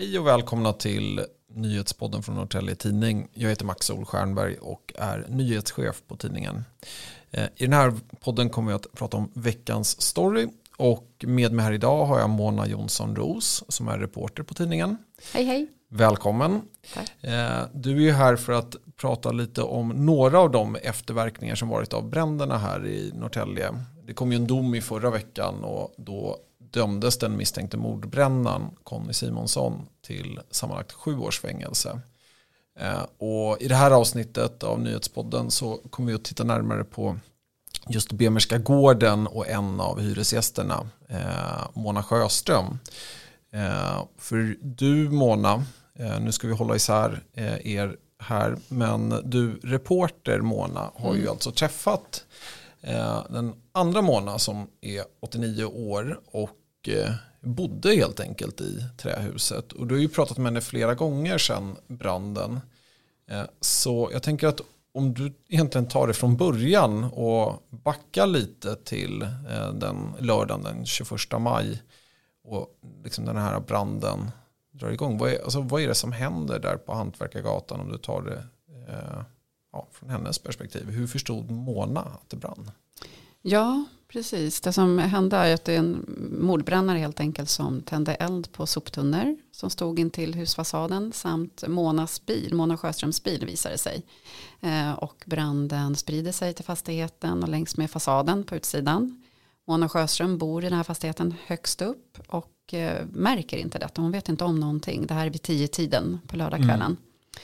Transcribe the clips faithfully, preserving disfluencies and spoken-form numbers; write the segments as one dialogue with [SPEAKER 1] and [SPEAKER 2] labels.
[SPEAKER 1] Hej och välkomna till nyhetspodden från Norrtälje Tidning. Jag heter Max Solstjernberg och är nyhetschef på tidningen. I den här podden kommer jag att prata om veckans story. Och med mig här idag har jag Mona Jonsson Ros som är reporter på tidningen.
[SPEAKER 2] Hej hej.
[SPEAKER 1] Välkommen.
[SPEAKER 2] Tack.
[SPEAKER 1] Du är ju här för att prata lite om några av de efterverkningar som varit av bränderna här i Norrtälje. Det kom ju en dom i förra veckan och då dömdes den misstänkte mordbrännan Conny Simonsson till sammanlagt sju års fängelse. Och i det här avsnittet av nyhetspodden så kommer vi att titta närmare på just Bemerska gården och en av hyresgästerna, Mona Sjöström. För du Mona, nu ska vi hålla isär er här, men du reporter Mona har ju mm. alltså träffat den andra Mona som är åttionio år och bodde helt enkelt i trähuset. Och du har ju pratat med henne flera gånger sedan branden. Så jag tänker att om du egentligen tar det från början och backar lite till den lördagen den tjugoförsta maj och liksom den här branden drar igång. Vad är, alltså, vad är det som händer där på Hantverkargatan om du tar det eh, ja, från hennes perspektiv? Hur förstod Mona att det brann?
[SPEAKER 2] Ja, precis. Det som hände är att det är en mordbrännare helt enkelt som tände eld på soptunnor som stod in till husfasaden samt Monas bil, Mona Sjöströms bil visade sig. Eh, och branden sprider sig till fastigheten och längs med fasaden på utsidan. Mona Sjöström bor i den här fastigheten högst upp och eh, märker inte detta. Hon vet inte om någonting. Det här är vid tio tiden på lördagskvällen. Mm.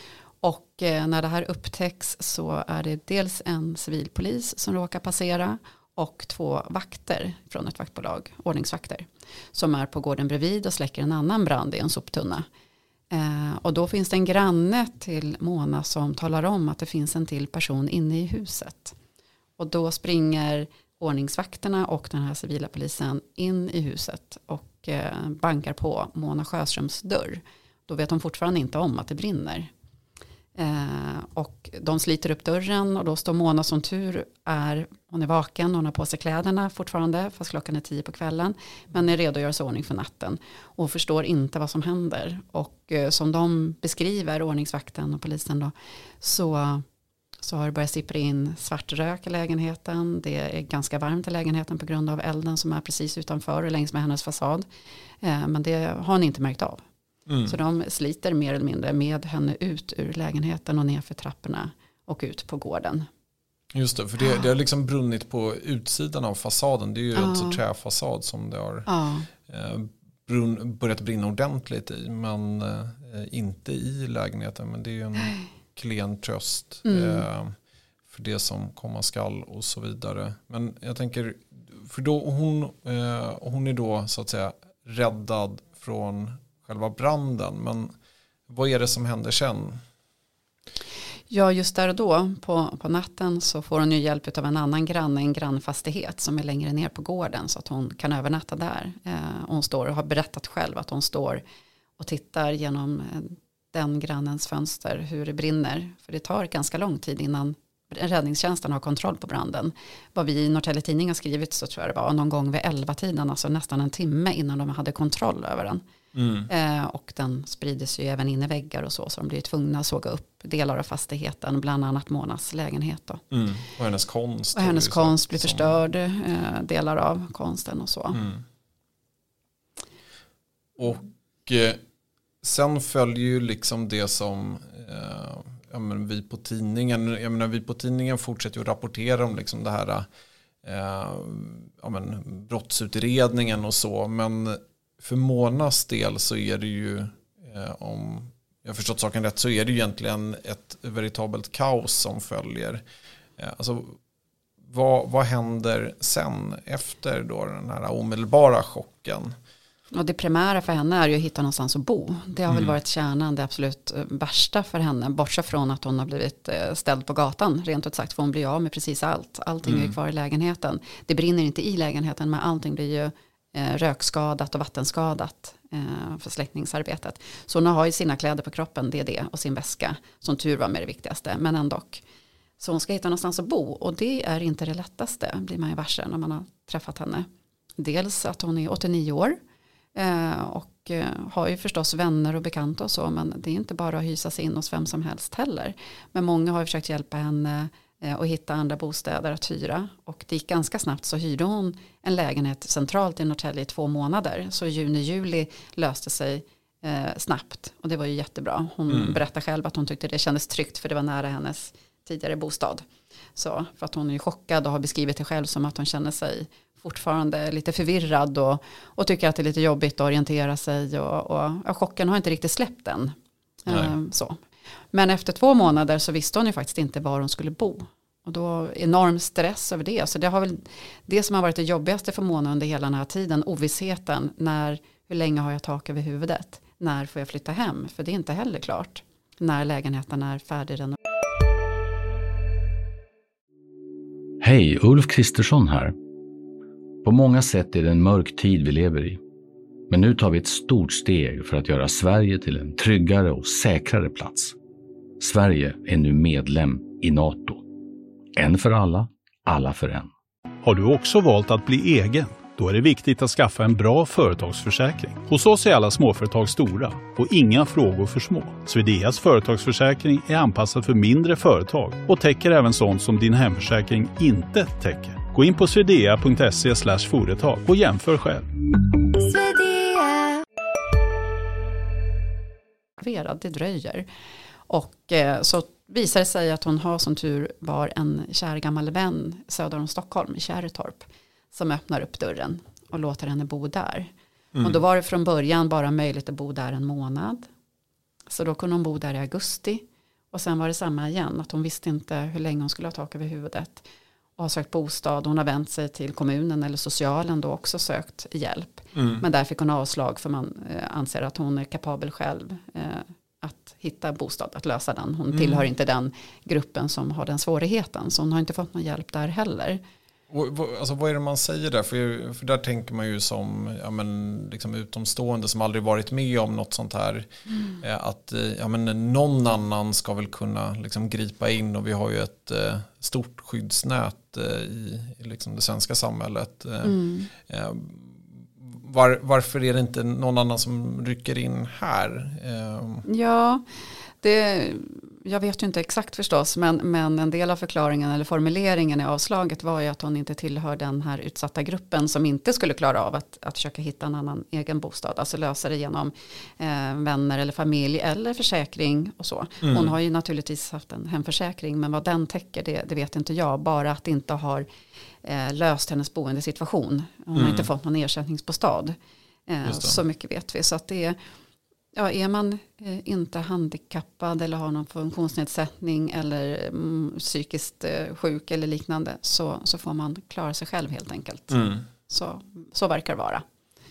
[SPEAKER 2] Och eh, när det här upptäcks så är det dels en civilpolis som råkar passera och två vakter från ett vaktbolag, ordningsvakter, som är på gården bredvid och släcker en annan brand i en soptunna. Eh, och då finns det en granne till Mona som talar om att det finns en till person inne i huset. Och då springer ordningsvakterna och den här civila polisen in i huset och eh, bankar på Mona Sjöströms dörr. Då vet de fortfarande inte om att det brinner. Eh, och de sliter upp dörren och då står Mona som tur är, hon är vaken, hon har på sig kläderna fortfarande fast klockan är tio på kvällen, men är redo att göra sig ordning för natten och förstår inte vad som händer. Och eh, som de beskriver, ordningsvakten och polisen då, så så har det börjat sippra in svart rök i lägenheten. Det är ganska varmt i lägenheten på grund av elden som är precis utanför och längs med hennes fasad. Eh, men det har hon inte märkt av. Mm. Så de sliter mer eller mindre med henne ut ur lägenheten och ner för trapporna och ut på gården.
[SPEAKER 1] Just det, för det, det har liksom brunnit på utsidan av fasaden. Det är ju ah. alltså träfasad som det har ah. eh, brun, börjat brinna ordentligt i. Men eh, inte i lägenheten, men det är ju en klen tröst mm. eh, för det som komma skall och så vidare. Men jag tänker, för då hon, eh, hon är då så att säga räddad från själva branden, men vad är det som händer sen?
[SPEAKER 2] Ja, just där och då på, på natten så får hon ju hjälp av en annan granne, en grannfastighet som är längre ner på gården så att hon kan övernatta där. Eh, hon står och har berättat själv att hon står och tittar genom eh, den grannens fönster hur det brinner. För det tar ganska lång tid innan räddningstjänsten har kontroll på branden. Vad vi i Norrtälje Tidning har skrivit så tror jag det var någon gång vid elva tiden, alltså nästan en timme innan de hade kontroll över den. Mm. Eh, och den sprider sig ju även in i väggar och så, så de blir tvungna att såga upp delar av fastigheten, bland annat Monas lägenhet då.
[SPEAKER 1] Mm. Och hennes konst.
[SPEAKER 2] Och hennes konst blir förstörd, eh, delar av konsten och så. Mm.
[SPEAKER 1] Och eh, sen följer ju liksom det som eh, ja, men vi på tidningen, jag menar, vi på tidningen fortsätter ju att rapportera om liksom det här eh, ja, men, brottsutredningen och så, men för Monas del så är det ju, eh, om jag har förstått saken rätt, så är det ju egentligen ett veritabelt kaos som följer. Eh, alltså, vad, vad händer sen efter då den här omedelbara chocken?
[SPEAKER 2] Och det primära för henne är ju att hitta någonstans att bo. Det har mm. väl varit kärnan, det absolut värsta för henne. Bortsett från att hon har blivit ställd på gatan, rent ut sagt, för hon blir av med precis allt. Allting mm. är kvar i lägenheten. Det brinner inte i lägenheten, men allting blir ju eh, rökskadat och vattenskadat eh, för släckningsarbetet. Så hon har ju sina kläder på kroppen, det är det, och sin väska. Som tur var med det viktigaste, men ändå. Så hon ska hitta någonstans att bo, och det är inte det lättaste, blir man ju varse när man har träffat henne. Dels att hon är åttionio år. Eh, och och eh, har ju förstås vänner och bekanta och så, men det är inte bara att hysa sig in hos vem som helst heller. Men många har ju försökt hjälpa henne eh, att hitta andra bostäder att hyra, och det gick ganska snabbt, så hyrde hon en lägenhet centralt i Norrtälje i två månader. Så juni-juli löste sig eh, snabbt, och det var ju jättebra. Hon mm. berättade själv att hon tyckte det kändes tryggt för det var nära hennes tidigare bostad. Så, för att hon är ju chockad och har beskrivit det själv som att hon känner sig fortfarande lite förvirrad och, och tycker att det är lite jobbigt att orientera sig, och, och, och chocken har inte riktigt släppt än. Ehm, så. Men efter två månader så visste hon ju faktiskt inte var hon skulle bo. Och då enorm stress över det. Så det har väl det som har varit det jobbigaste för Mona under hela den här tiden. Ovissheten. När, hur länge har jag tak över huvudet? När får jag flytta hem? För det är inte heller klart när lägenheten är färdig.
[SPEAKER 3] Hej, Ulf Kristersson här. På många sätt är det en mörk tid vi lever i. Men nu tar vi ett stort steg för att göra Sverige till en tryggare och säkrare plats. Sverige är nu medlem i NATO. En för alla, alla för en.
[SPEAKER 4] Har du också valt att bli egen? Då är det viktigt att skaffa en bra företagsförsäkring. Hos oss är alla småföretag stora och inga frågor för små. Swedeas företagsförsäkring är anpassad för mindre företag och täcker även sånt som din hemförsäkring inte täcker. Gå in på swedea punkt se slash företag och jämför själv.
[SPEAKER 2] Det dröjer. Och eh, så visar det sig att hon har som tur var en kär gammal vän söder om Stockholm, i Kärrtorp, som öppnar upp dörren och låter henne bo där. Mm. Och då var det från början bara möjligt att bo där en månad. Så då kunde hon bo där i augusti. Och sen var det samma igen, att hon visste inte hur länge hon skulle ha tak över huvudet. Och har sökt bostad. Hon har vänt sig till kommunen eller socialen då också sökt hjälp. Mm. Men där fick hon avslag, för man eh, anser att hon är kapabel själv eh, att hitta bostad, att lösa den. Hon mm. tillhör inte den gruppen som har den svårigheten. Så hon har inte fått någon hjälp där heller.
[SPEAKER 1] Och, alltså, vad är det man säger där? För, för där tänker man ju som ja, men, liksom utomstående som aldrig varit med om något sånt här. Mm. Eh, att ja, men, någon annan ska väl kunna liksom, gripa in. Och vi har ju ett eh, stort skyddsnät eh, i, i liksom, det svenska samhället. Eh, mm. eh, var, varför är det inte någon annan som rycker in här? Eh.
[SPEAKER 2] Ja, det... Jag vet ju inte exakt förstås, men, men en del av förklaringen eller formuleringen i avslaget var ju att hon inte tillhör den här utsatta gruppen som inte skulle klara av att, att försöka hitta en annan egen bostad. Alltså lösa det genom eh, vänner eller familj eller försäkring och så. Mm. Hon har ju naturligtvis haft en hemförsäkring, men vad den täcker det, det vet inte jag. Bara att det inte har eh, löst hennes boendesituation. Hon mm. har inte fått någon ersättningsbostad. Eh, så mycket vet vi. Så att det är... Ja, är man eh, inte handikappad eller har någon funktionsnedsättning eller mm, psykiskt eh, sjuk eller liknande, så, så får man klara sig själv helt enkelt. Mm. Så, så verkar det vara.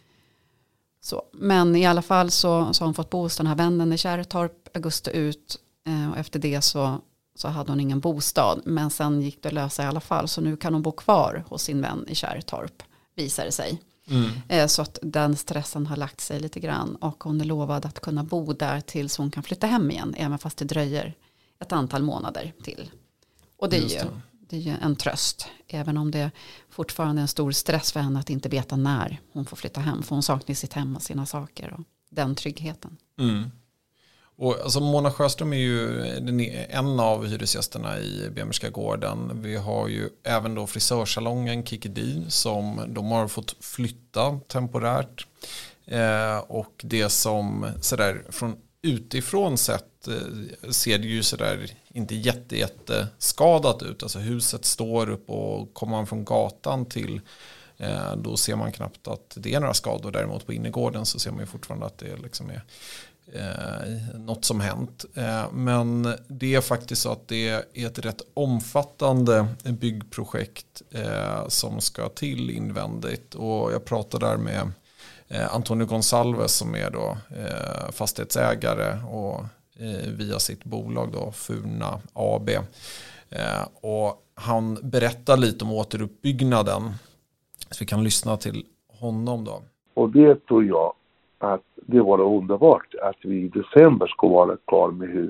[SPEAKER 2] Så, men i alla fall så, så har hon fått bo hos den här vännen i Kärrtorp augusti ut. Eh, och efter det så, så hade hon ingen bostad. Men sen gick det att lösa i alla fall. Så nu kan hon bo kvar hos sin vän i Kärrtorp, visar det sig. Mm. Så att den stressen har lagt sig lite grann, och hon är lovad att kunna bo där tills hon kan flytta hem igen, även fast det dröjer ett antal månader till. Och det är, ju, det är ju en tröst, även om det fortfarande är en stor stress för henne att inte veta när hon får flytta hem, för hon saknar sitt hem och sina saker och den tryggheten.
[SPEAKER 1] Mm. Och alltså Mona Sjöström är ju en av hyresgästerna i Bemerska gården. Vi har ju även då frisörsalongen Kikidi som de har fått flytta temporärt. Eh, och det som sådär från utifrån sett eh, ser det ju sådär inte jätte, jätte skadat ut. Alltså huset står upp, och kommer man från gatan till eh, då ser man knappt att det är några skador. Däremot på innergården så ser man ju fortfarande att det liksom är Eh, något som hänt. Eh, men det är faktiskt så att det är ett rätt omfattande byggprojekt eh, som ska till invändigt. Och jag pratade där med eh, Antonio Gonsalves som är då eh, fastighetsägare och eh, via sitt bolag då Furna A B. Eh, och han berättar lite om återuppbyggnaden. Så vi kan lyssna till honom då.
[SPEAKER 5] Och det tror jag att det var underbart att vi i december ska vara klar med hus.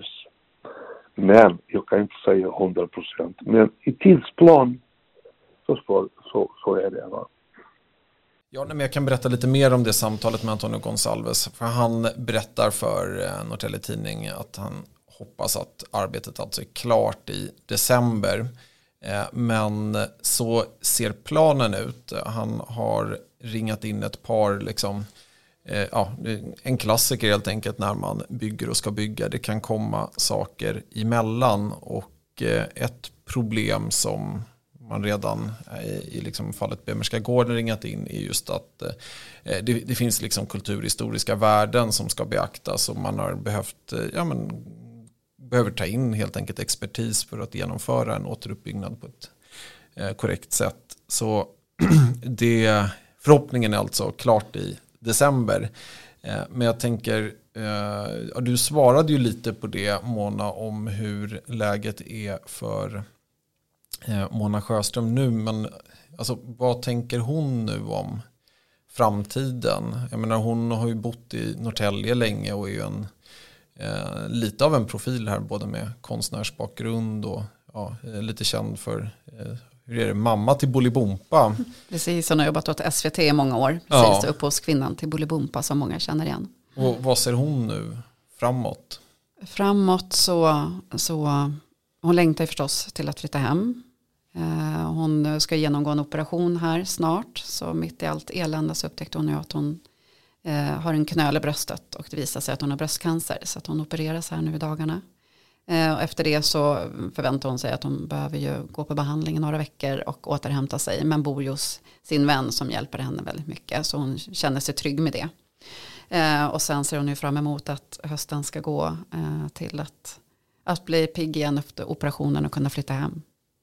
[SPEAKER 5] Men jag kan inte säga hundra procent. Men i tidsplan så, så, så är det. Va?
[SPEAKER 1] Ja, men jag kan berätta lite mer om det samtalet med Antonio Gonçalves. För han berättar för Norrtelje Tidning att han hoppas att arbetet alltså är klart i december. Men så ser planen ut. Han har ringat in ett par, liksom, ja, en klassiker helt enkelt när man bygger och ska bygga. Det kan komma saker emellan, och ett problem som man redan i liksom fallet Bemerska gården ringat in är just att det, det finns liksom kulturhistoriska värden som ska beaktas, och man har behövt, ja men, behöver ta in helt enkelt expertis för att genomföra en återuppbyggnad på ett eh, korrekt sätt. Så det, förhoppningen är alltså klart i december. Eh, men jag tänker, eh, du svarade ju lite på det, Mona, om hur läget är för eh, Mona Sjöström nu. Men alltså, vad tänker hon nu om framtiden? Jag menar, hon har ju bott i Norrtälje länge och är ju en Eh, lite av en profil här, både med konstnärsbakgrund och ja, lite känd för eh, hur är det, mamma till Bolibompa.
[SPEAKER 2] Precis, hon har jobbat åt S V T i många år.
[SPEAKER 1] Ja.
[SPEAKER 2] Precis, upphovskvinnan till Bolibompa som många känner igen.
[SPEAKER 1] Och vad ser hon nu framåt?
[SPEAKER 2] Framåt så, så hon längtar förstås till att flytta hem. Eh, hon ska genomgå en operation här snart, så mitt i allt elände så upptäckte hon nu att hon Eh, har en knöl i bröstet, och det visar sig att hon har bröstcancer, så att hon opereras här nu i dagarna. Eh, och efter det så förväntar hon sig att hon behöver ju gå på behandling i några veckor och återhämta sig, men bor hos sin vän som hjälper henne väldigt mycket, så hon känner sig trygg med det. Eh, och sen ser hon ju fram emot att hösten ska gå eh, till att, att bli pigg igen efter operationen och kunna flytta hem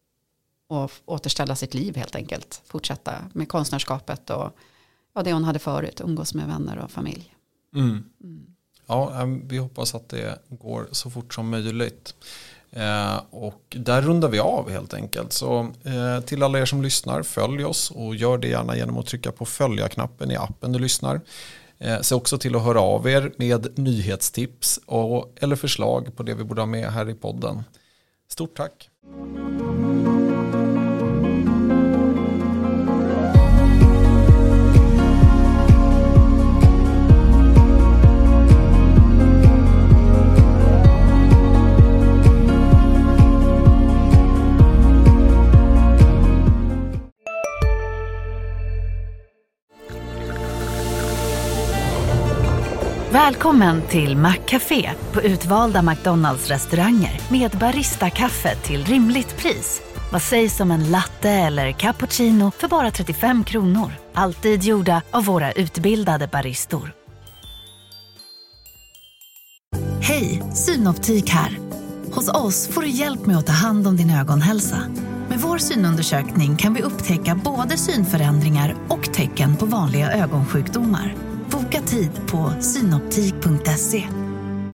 [SPEAKER 2] och återställa sitt liv helt enkelt, fortsätta med konstnärskapet och ja, det hon hade förut, umgås med vänner och familj.
[SPEAKER 1] Mm. Mm. Ja, vi hoppas att det går så fort som möjligt. Eh, och där rundar vi av helt enkelt. Så eh, till alla er som lyssnar, följ oss, och gör det gärna genom att trycka på följa-knappen i appen du lyssnar. Eh, se också till att höra av er med nyhetstips och, eller förslag på det vi borde ha med här i podden. Stort tack!
[SPEAKER 6] Välkommen till Maccafé på utvalda McDonalds-restauranger med Barista-kaffe till rimligt pris. Vad sägs om en latte eller cappuccino för bara trettiofem kronor? Alltid gjorda av våra utbildade baristor. Hej, Synoptik här. Hos oss får du hjälp med att ta hand om din ögonhälsa. Med vår synundersökning kan vi upptäcka både synförändringar och tecken på vanliga ögonsjukdomar. Boka tid på synoptik punkt se.